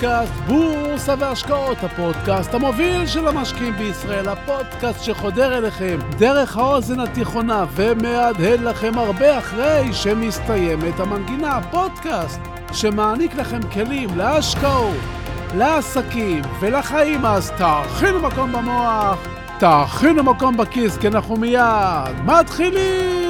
לפודקאסט בורסה והשקעות, הפודקאסט המוביל של המשקיעים בישראל, הפודקאסט שחודר אליכם דרך האוזן התיכונה ומהדהד לכם הרבה אחרי שמסתיימת המנגינה, הפודקאסט שמעניק לכם כלים להשקעות, לעסקים ולחיים. אז תאכינו מקום במוח, תאכינו מקום בכיס, כי אנחנו מיד מתחילים.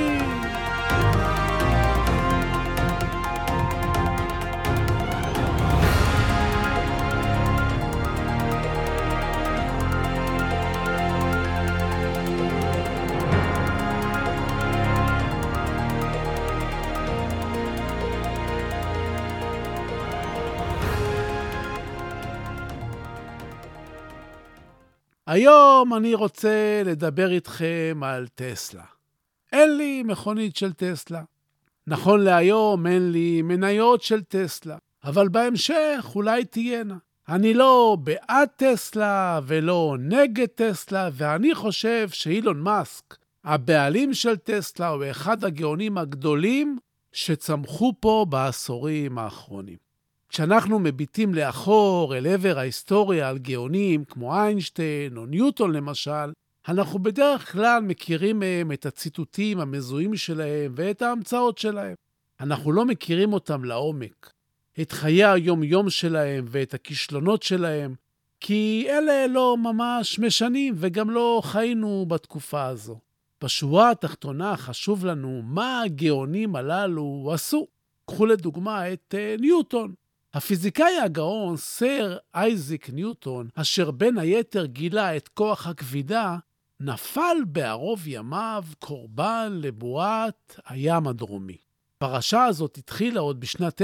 היום אני רוצה לדבר איתכם על טסלה. אין לי מכונית של טסלה. נכון להיום אין לי מניות של טסלה, אבל בהמשך אולי תהיינה. אני לא בעד טסלה ולא נגד טסלה, ואני חושב שאילון מאסק, הבעלים של טסלה, הוא אחד הגאונים הגדולים שצמחו פה בעשורים האחרונים. כשאנחנו מביטים לאחור אל עבר ההיסטוריה על גאונים כמו איינשטיין או ניוטון למשל, אנחנו בדרך כלל מכירים מהם את הציטוטים המזוהים שלהם ואת ההמצאות שלהם. אנחנו לא מכירים אותם לעומק, את חיי היום-יום שלהם ואת הכישלונות שלהם, כי אלה לא ממש משנים וגם לא חיינו בתקופה הזו. בשורה התחתונה חשוב לנו מה הגאונים הללו עשו. קחו לדוגמה את ניוטון. הפיזיקאי הגאון סר אייזק ניוטון, אשר בין היתר גילה את כוח הכבידה, נפל בערוב ימיו קורבן לבועת הים הדרומי. הפרשה הזאת התחילה עוד בשנת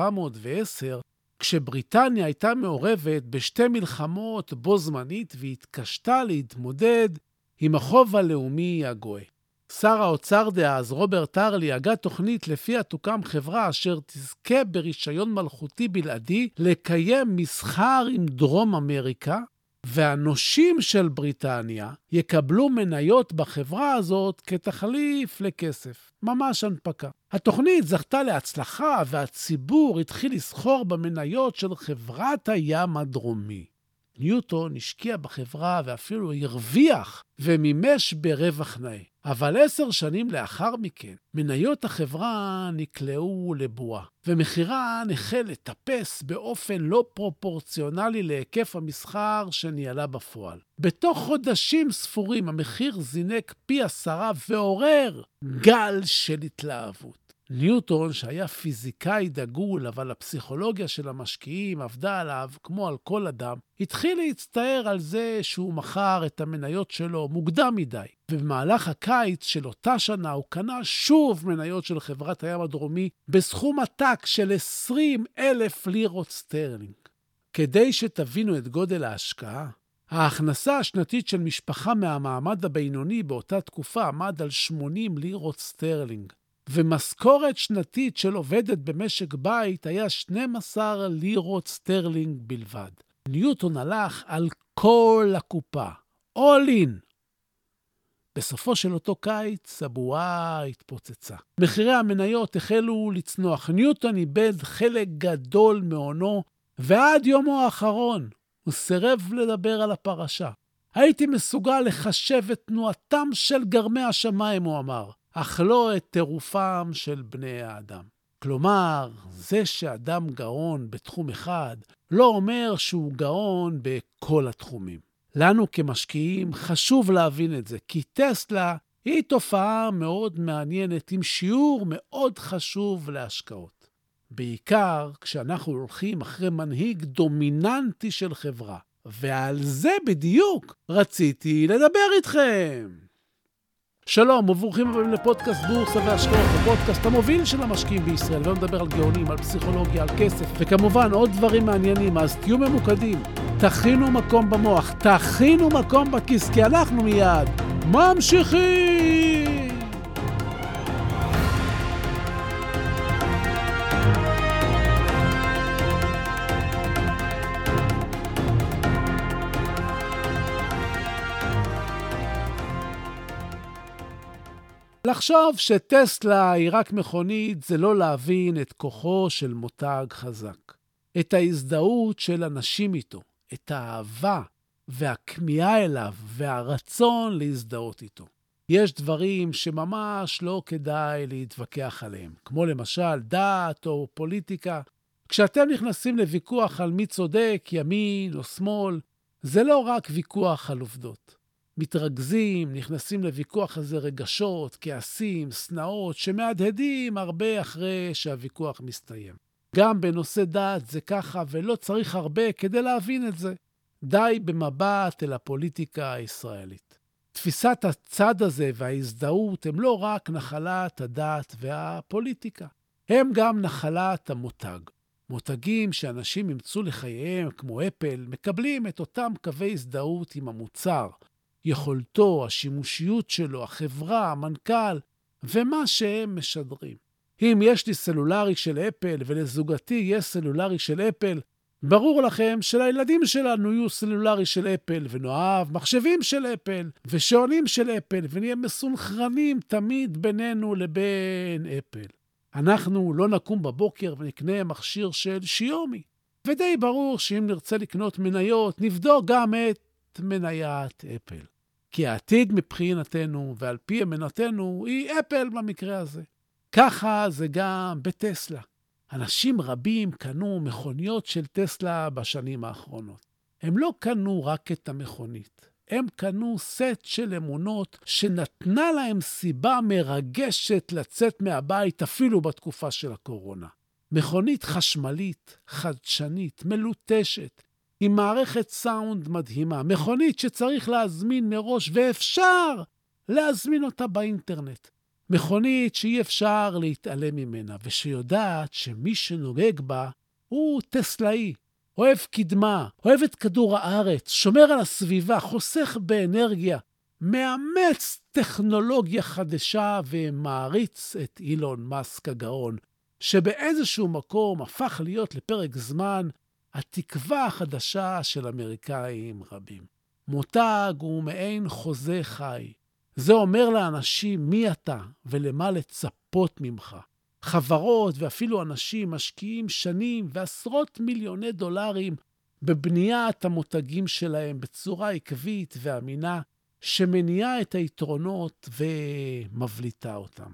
1710, כשבריטניה הייתה מעורבת בשתי מלחמות בו זמנית והתקשתה להתמודד עם החוב הלאומי הגואה. שר האוצר דאז רוברט הרלי הגה תוכנית לפיה תוקם חברה אשר תזכה ברישיון מלכותי בלעדי לקיים מסחר עם דרום אמריקה, והנושים של בריטניה יקבלו מניות בחברה הזאת כתחליף לכסף. ממש הנפקה. התוכנית זכתה להצלחה והציבור התחיל לסחור במניות של חברת הים הדרומי. ניוטון השקיע בחברה ואפילו הרוויח ומימש ברווח נאה. אבל 10 שנים לאחר מכן, מניות החברה נקלעו לבועה, ומחירה החל לטפס באופן לא פרופורציונלי להיקף המסחר שניהלה בפועל. בתוך חודשים ספורים המחיר זינק פי 10 ועורר גל של התלהבות. ניוטון, שהיה פיזיקאי דגול, אבל הפסיכולוגיה של המשקיעים עבדה עליו כמו על כל אדם, התחיל להצטער על זה שהוא מכר את המניות שלו מוקדם מדי. ובמהלך הקיץ של אותה שנה הוא קנה שוב מניות של חברת הים הדרומי בסכום עתק של 20,000 לירות סטרלינג. כדי שתבינו את גודל ההשקעה, ההכנסה השנתית של משפחה מהמעמד הבינוני באותה תקופה עמד על 80 לירות סטרלינג. ומשכורת שנתית של עובדת במשק בית היה 12 לירות סטרלינג בלבד. ניוטון הלך על כל הקופה, all in. בסופו של אותו קיץ, הבועה התפוצצה. מחירי המניות החלו לצנוח. ניוטון איבד חלק גדול מהונו, ועד יומו האחרון הוא סירב לדבר על הפרשה. הייתי מסוגל לחשב את תנועתם של גרמי השמיים, הוא אמר. אך לא את טירופם של בני האדם. כלומר, זה שאדם גאון בתחום אחד, לא אומר שהוא גאון בכל התחומים. לנו כמשקיעים חשוב להבין את זה, כי טסלה היא תופעה מאוד מעניינת עם שיעור מאוד חשוב להשקעות. בעיקר כשאנחנו הולכים אחרי מנהיג דומיננטי של חברה. ועל זה בדיוק רציתי לדבר איתכם. שלום וברוכים הבאים לפודקאסט בורסה והשקעות, הפודקאסט המוביל של המשקיעים בישראל. לא נדבר על גאונים, על פסיכולוגיה, על כסף, וכמובן עוד דברים מעניינים, אז תהיו ממוקדים. תכינו מקום במוח, תכינו מקום בכיס, כי אנחנו מיד ממשיכים. לחשוב שטסלה היא רק מכונית זה לא להבין את כוחו של מותג חזק. את ההזדהות של אנשים איתו, את האהבה והכמיהה אליו והרצון להזדהות איתו. יש דברים שממש לא כדאי להתווכח עליהם, כמו למשל דת או פוליטיקה. כשאתם נכנסים לוויכוח על מי צודק, ימין או שמאל, זה לא רק ויכוח על עובדות. מתרכזים, נכנסים לוויכוח הזה רגשות, כעסים, שנאות, שמהדהדים הרבה אחרי שהוויכוח מסתיים. גם בנושא דת זה ככה, ולא צריך הרבה כדי להבין את זה. די במבט אל הפוליטיקה הישראלית. תפיסת הצד הזה וההזדהות הם לא רק נחלת הדת והפוליטיקה, הם גם נחלת המותג. מותגים שאנשים ימצאו לחייהם, כמו אפל, מקבלים את אותם קווי הזדהות עם המוצר, יכולתו, השימושיות שלו, החברה, המנכ"ל, ומה שהם משדרים. אם יש לי סלולרי של אפל ולזוגתי יש סלולרי של אפל, ברור לכם שלילדים שלנו יהיו סלולרי של אפל, ונאהב מחשבים של אפל, ושעונים של אפל, ונהיה מסונכרנים תמיד בינינו לבין אפל. אנחנו לא נקום בבוקר ונקנה מכשיר של שיומי. ודי ברור שאם נרצה לקנות מניות, נבדוק גם את מניית אפל. כי העתיד מבחינתנו ועל פי אמונתנו היא אפל במקרה הזה. ככה זה גם בטסלה. אנשים רבים קנו מכוניות של טסלה בשנים האחרונות. הם לא קנו רק את המכונית. הם קנו סט של אמונות שנתנה להם סיבה מרגשת לצאת מהבית אפילו בתקופה של הקורונה. מכונית חשמלית, חדשנית, מלוטשת, עם מערכת סאונד מדהימה. מכונית שצריך להזמין מראש ואפשר להזמין אותה באינטרנט. מכונית שאי אפשר להתעלם ממנה, ושיודעת שמי שנוגג בה הוא טסלאי, אוהב קדמה, אוהב את כדור הארץ, שומר על הסביבה, חוסך באנרגיה, מאמץ טכנולוגיה חדשה ומעריץ את אילון מאסק הגאון, שבאיזשהו מקום הפך להיות לפרק זמן התקווה החדשה של אמריקאים רבים. מותג הוא מעין חוזה חי. זה אומר לאנשים מי אתה ולמה לצפות ממך. חברות ואפילו אנשים משקיעים שנים ועשרות מיליוני דולרים בבניית המותגים שלהם בצורה עקבית ואמינה שמניעה את היתרונות ומבליטה אותם.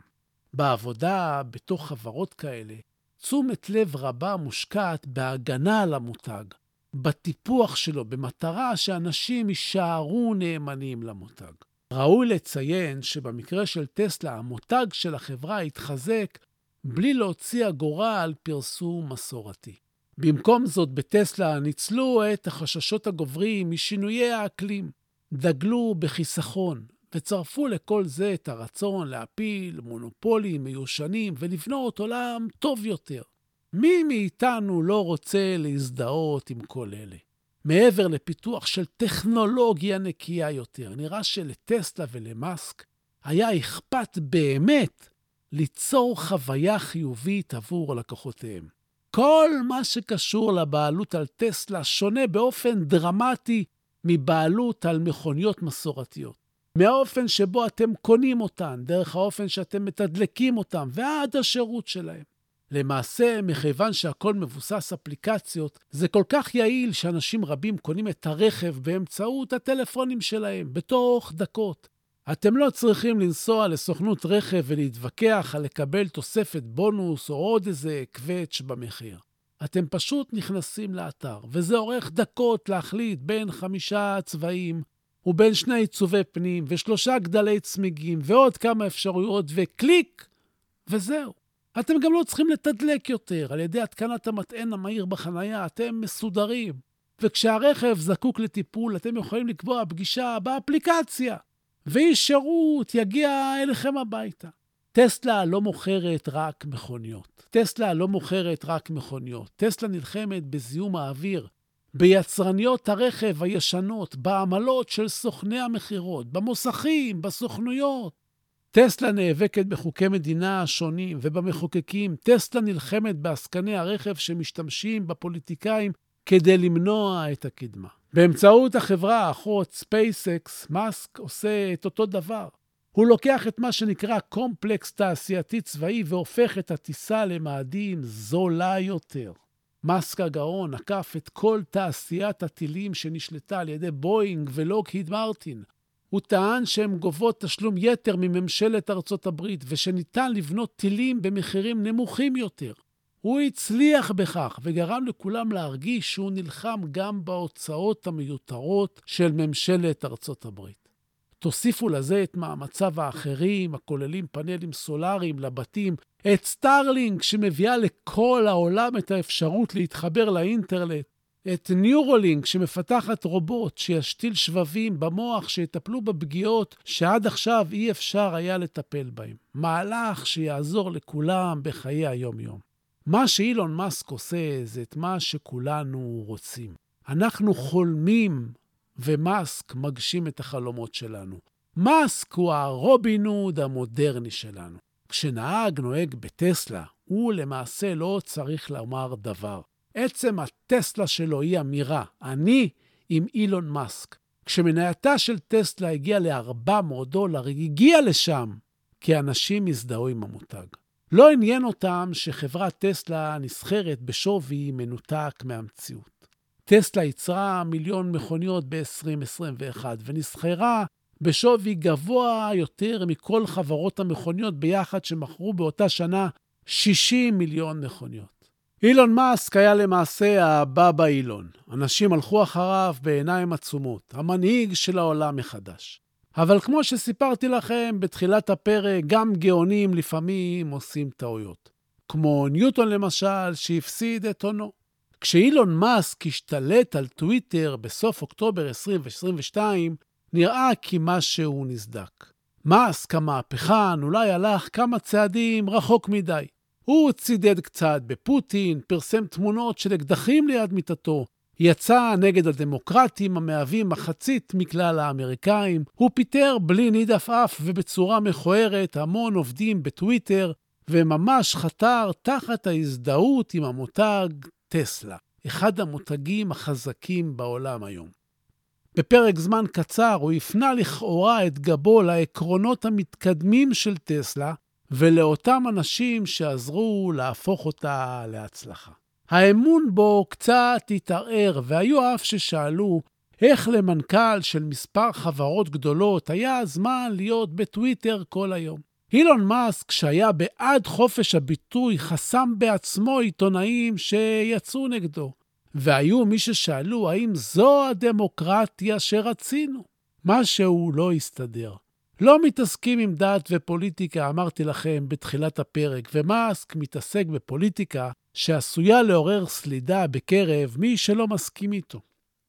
בעבודה בתוך חברות כאלה, תשומת לב רבה מושקעת בהגנה על המותג, בטיפוח שלו, במטרה שאנשים יישארו נאמנים למותג. ראוי לציין שבמקרה של טסלה, המותג של החברה התחזק בלי להוציא אגורה על פרסום מסורתי. במקום זאת, בטסלה ניצלו את החששות הגוברים משינויי האקלים, דגלו בחיסכון, וצרפו לכל זה את הרצון להפיל מונופולים מיושנים ולבנות עולם טוב יותר. מי מאיתנו לא רוצה להזדהות עם כל אלה? מעבר לפיתוח של טכנולוגיה נקייה יותר, נראה שלטסלה ולמאסק היה אכפת באמת ליצור חוויה חיובית עבור לקוחותיהם. כל מה שקשור לבעלות על טסלה שונה באופן דרמטי מבעלות על מכוניות מסורתיות. מהאופן שבו אתם קונים אותן, דרך האופן שאתם מתדלקים אותן, ועד השירות שלהם. למעשה, מכיוון שהכל מבוסס אפליקציות, זה כל כך יעיל שאנשים רבים קונים את הרכב באמצעות הטלפונים שלהם, בתוך דקות. אתם לא צריכים לנסוע לסוכנות רכב ולהתווכח על לקבל תוספת בונוס או עוד איזה קווץ' במחיר. אתם פשוט נכנסים לאתר, וזה אורך דקות להחליט בין 5 צבעים, ובין 2 עיצובי פנים, ו3 גדלי צמיגים, ועוד כמה אפשרויות, וקליק, וזהו. אתם גם לא צריכים לתדלק יותר. על ידי התקנת המטען המהיר בחנייה, אתם מסודרים. וכשהרכב זקוק לטיפול, אתם יכולים לקבוע פגישה באפליקציה. ואיש שירות יגיע אליכם הביתה. טסלה לא מוכרת רק מכוניות. טסלה נלחמת בזיהום האוויר, ביצרניות הרכב הישנות, בעמלות של סוכני המחירות, במוסכים, בסוכנויות. טסלה נאבקת בחוקי מדינה שונים ובמחוקקים. טסלה נלחמת בעסקני הרכב שמשתמשים בפוליטיקאים כדי למנוע את הקדמה. באמצעות החברה האחות ספייסקס, מאסק עושה את אותו דבר. הוא לוקח את מה שנקרא קומפלקס תעשייתי צבאי והופך את הטיסה למאדים זולה יותר. מאסק הגאון עקף את כל תעשיית הטילים שנשלטה על ידי בואינג ולוקהיד מרטין. הוא טען שהן גובות תשלום יתר מממשלת ארצות הברית ושניתן לבנות טילים במחירים נמוכים יותר. הוא הצליח בכך וגרם לכולם להרגיש שהוא נלחם גם בהוצאות המיותרות של ממשלת ארצות הברית. תוסיפו לזה את מאמציו האחרים, הכוללים פאנלים סולאריים לבתים, את סטארלינק שמביאה לכל העולם את האפשרות להתחבר לאינטרנט, את ניורולינק שמפתחת רובוט שישתיל שבבים במוח שיטפלו בפגיעות שעד עכשיו אי אפשר היה לטפל בהם. מהלך שיעזור לכולם בחיי היום-יום. מה שאילון מאסק עושה זה את מה שכולנו רוצים. אנחנו חולמים ומאסק מגשים את החלומות שלנו. מאסק הוא הרובין הוד המודרני שלנו. כשנהג נוהג בטסלה, הוא למעשה לא צריך לומר דבר. עצם הטסלה שלו היא אמירה, אני עם אילון מאסק. כשמנייתה של טסלה הגיעה $400, היא הגיעה לשם, כי אנשים הזדהו עם המותג. לא עניין אותם שחברת טסלה נסחרת בשווי מנותק מהמציאות. טסלה ייצרה 1,000,000 מכוניות ב-2021, ונסחרה בשווי גבוה יותר מכל חברות המכוניות ביחד שמכרו באותה שנה 60 מיליון מכוניות. אילון מאסק היה למעשה הבבא אילון. אנשים הלכו אחריו בעיניים עצומות, המנהיג של העולם מחדש. אבל כמו שסיפרתי לכם בתחילת הפרק, גם גאונים לפעמים עושים טעויות. כמו ניוטון למשל, שהפסיד את הונו. כשאילון מאסק השתלט על טוויטר בסוף אוקטובר 2022, נראה כי משהו נסדק. מאסק המהפכן אולי הלך כמה צעדים רחוק מדי. הוא צידד קצת בפוטין, פרסם תמונות של אקדחים ליד מיטתו, יצא נגד הדמוקרטים המהווים מחצית מכלל האמריקאים, הוא פיטר בלי ניד עפעף ובצורה מכוערת המון עובדים בטוויטר, וממש חתר תחת ההזדהות עם המותג טסלה, אחד המותגים החזקים בעולם היום. בפרק זמן קצר הוא הפנה לכאורה את גבו לעקרונות המתקדמים של טסלה, ולאותם אנשים שעזרו להפוך אותה להצלחה. האמון בו קצת התערער, והיו אף ששאלו איך למנכ"ל של מספר חברות גדולות היה הזמן להיות בטוויטר כל היום. אילון מאסק, שהיה בעד חופש הביטוי, חסם בעצמו עיתונאים שיצאו נגדו. והיו מי ששאלו האם זו הדמוקרטיה שרצינו. משהו לא הסתדר. לא מתעסקים עם דת ופוליטיקה, אמרתי לכם בתחילת הפרק, ומאסק מתעסק בפוליטיקה שעשויה לעורר סלידה בקרב מי שלא מסכים איתו.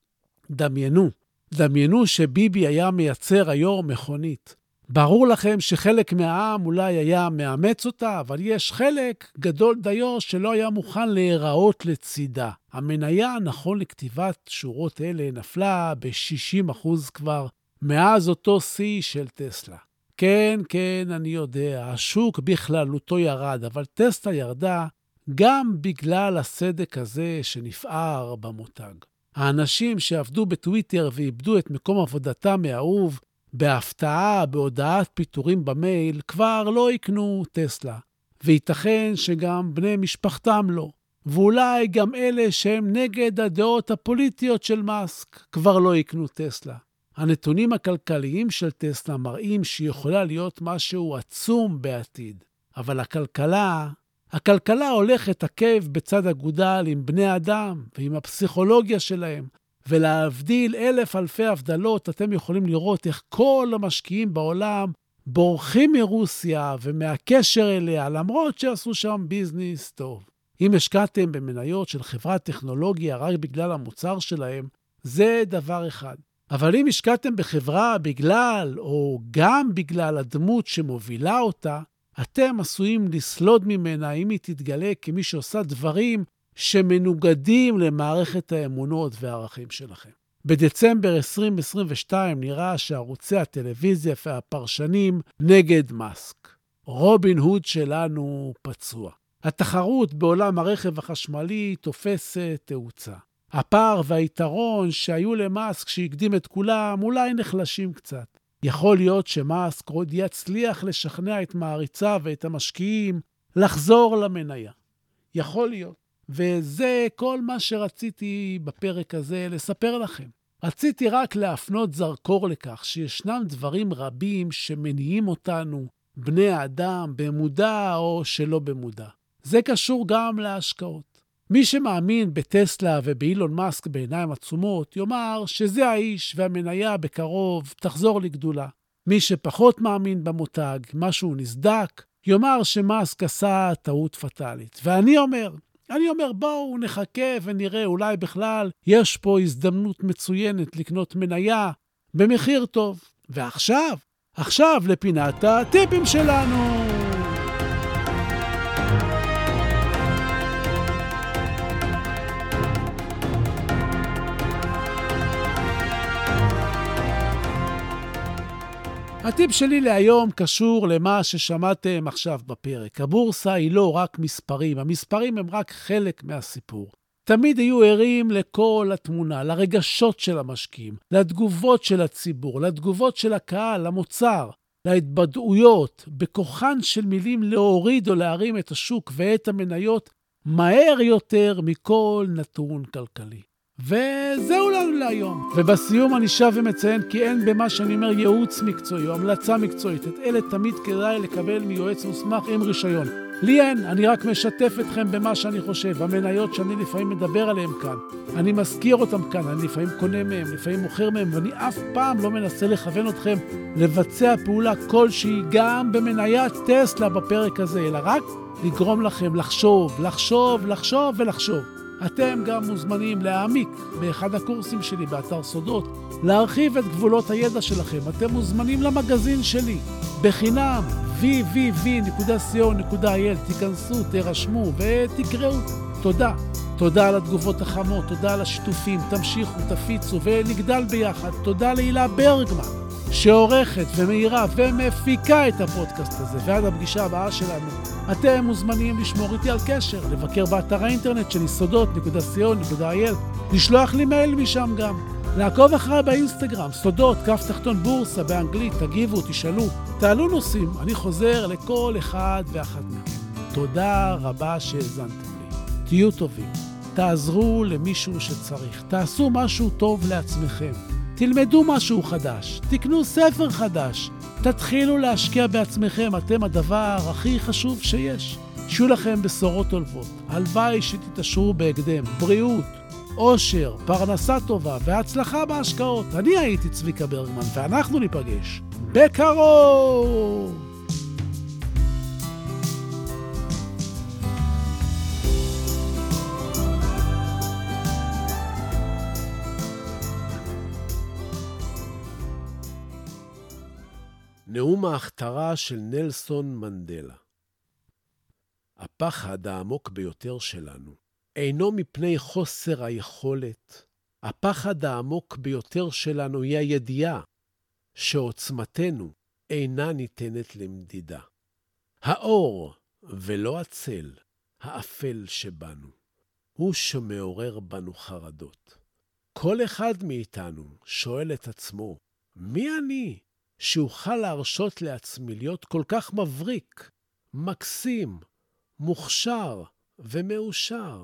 דמיינו שביבי היה מייצר היום מכונית. ברור לכם שחלק מהעם אולי היה מאמץ אותה, אבל יש חלק גדול דיו שלא היה מוכן להיראות לצידה. המניה, נכון לכתיבת שורות אלה, נפלה ב-60% כבר, מאז אותו שיא של טסלה. כן, אני יודע, השוק בכללותו ירד, אבל טסלה ירדה גם בגלל הסדק הזה שנפער במותג. האנשים שעבדו בטוויטר ואיבדו את מקום עבודתם האהוב, בהפתעה, בהודעת פיטורים במייל, כבר לא יקנו טסלה. וייתכן שגם בני משפחתם לא. ואולי גם אלה שהם נגד הדעות הפוליטיות של מאסק כבר לא יקנו טסלה. הנתונים הכלכליים של טסלה מראים שהיא יכולה להיות משהו עצום בעתיד. אבל הכלכלה הולכת עקב בצד אגודל עם בני אדם ועם הפסיכולוגיה שלהם. ולהבדיל אלף אלפי הבדלות, אתם יכולים לראות איך כל המשקיעים בעולם בורחים מרוסיה ומהקשר אליה, למרות שעשו שם ביזנס טוב. אם השקעתם במניות של חברת טכנולוגיה רק בגלל המוצר שלהם, זה דבר אחד. אבל אם השקעתם בחברה בגלל או גם בגלל הדמות שמובילה אותה, אתם עשויים לסלוד ממנה אם היא תתגלה כמי שעושה דברים שמנוגדים למערכת האמונות והערכים שלכם. בדצמבר 2022 נראה שערוצי הטלוויזיה והפרשנים נגד מאסק. רובין הוד שלנו פצוע. התחרות בעולם הרכב החשמלי תופסת תאוצה. הפער והיתרון שהיו למאסק שהקדים את כולם אולי נחלשים קצת. יכול להיות שמאסק עוד יצליח לשכנע את מעריציו ואת המשקיעים לחזור למניה. יכול להיות. וזה כל מה שרציתי בפרק הזה לספר לכם. רציתי רק להפנות זרקור לכך שישנם דברים רבים שמניעים אותנו, בני האדם, במודע או שלא במודע. זה קשור גם להשקעות. מי שמאמין בטסלה ובאילון מאסק בעיניים עצומות, יאמר שזה האיש והמניה בקרוב תחזור לגדולה. מי שפחות מאמין במותג, משהו נסדק, יאמר שמאסק עשה טעות פטלית. ואני אומר, בואו נחכה ונראה, אולי בכלל יש פה הזדמנות מצוינת לקנות מניה במחיר טוב. ועכשיו לפינת הטיפים שלנו. הטיפ שלי להיום קשור למה ששמעתם עכשיו בפרק. הבורסה היא לא רק מספרים, המספרים הם רק חלק מהסיפור. תמיד יהיו ערים לכל התמונה, לרגשות של המשקיעים, לתגובות של הציבור, לתגובות של הקהל, למוצר, להתבדעויות, בכוחן של מילים להוריד או להרים את השוק ואת המניות מהר יותר מכל נתון כלכלי. וזהו לנו להיום. ובסיום אני שב ומציין כי אין במה שאני אומר ייעוץ מקצועי או המלצה מקצועית. את אלה תמיד כדאי לקבל מיועץ מוסמך עם רישיון. לי אין, אני רק משתף אתכם במה שאני חושב. המניות שאני לפעמים מדבר עליהן כאן, אני מזכיר אותם כאן, אני לפעמים קונה מהם, לפעמים מוכר מהם, ואני אף פעם לא מנסה לכוון אתכם לבצע פעולה כלשהי גם במניית טסלה בפרק הזה, אלא רק לגרום לכם לחשוב. אתם גם מוזמנים להעמיק באחד הקורסים שלי באתר סודות, להרחיב את גבולות הידע שלכם. אתם מוזמנים למגזין שלי, בחינם, www.co.il, תיכנסו, תירשמו ותקראו. תודה על התגובות החמות, תודה על השיתופים, תמשיכו, תפיצו ונגדל ביחד. תודה להילה ברגמן, שעורכת ומהירה ומפיקה את הפודקאסט הזה. ועד הפגישה הבאה שלנו, אתם מוזמנים לשמור איתי על קשר, לבקר באתר האינטרנט שלי סודות.co.il, לשלוח לי מייל משם גם, לעקוב אחריי באינסטגרם, סודות, בורסה באנגלית, תגיבו, תשאלו, תעלו נושאים, אני חוזר לכל אחד ואחת מכם. תודה רבה שהאזנתם לי. תהיו טובים, תעזרו למישהו שצריך, תעשו משהו טוב לעצמכם. תלמדו משהו חדש, תקנו ספר חדש, תתחילו להשקיע בעצמכם, אתם הדבר הכי חשוב שיש. שיהיו לכם בשורות טובות, הלוואי שתתעשרו בהקדם, בריאות, עושר, פרנסה טובה והצלחה בהשקעות. אני הייתי צביקה ברגמן ואנחנו ניפגש בקרוב. נאום ההכתרה של נלסון מנדלה. הפחד העמוק ביותר שלנו אינו מפני חוסר היכולת. הפחד העמוק ביותר שלנו היא הידיעה שעוצמתנו אינה ניתנת למדידה. האור ולא הצל, האפל שבנו, הוא שמעורר בנו חרדות. כל אחד מאיתנו שואל את עצמו, מי אני שאוכל להרשות לעצמי להיות כל כך מבריק, מקסים, מוכשר ומאושר?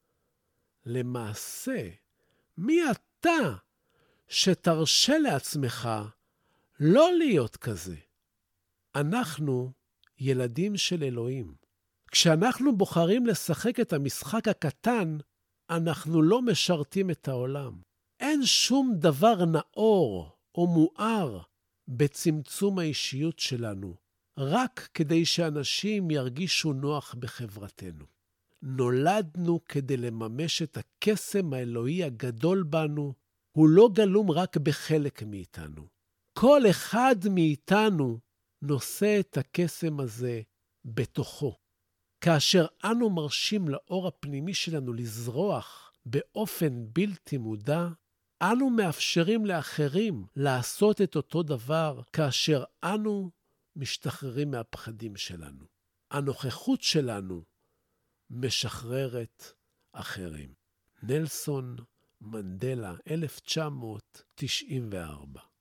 למעשה, מי אתה שתרשה לעצמך לא להיות כזה? אנחנו ילדים של אלוהים. כשאנחנו בוחרים לשחק את המשחק הקטן, אנחנו לא משרתים את העולם. אין שום דבר נאור או מואר בצמצום האישיות שלנו, רק כדי שאנשים ירגישו נוח בחברתנו. נולדנו כדי לממש את הקסם האלוהי הגדול בנו, הוא לא גלום רק בחלק מאיתנו. כל אחד מאיתנו נושא את הקסם הזה בתוכו. כאשר אנו מרשים לאור הפנימי שלנו לזרוח באופן בלתי מודע, אנו מאפשרים לאחרים לעשות את אותו דבר כאשר אנו משתחררים מהפחדים שלנו. הנוכחות שלנו משחררת אחרים. נלסון מנדלה, 1994.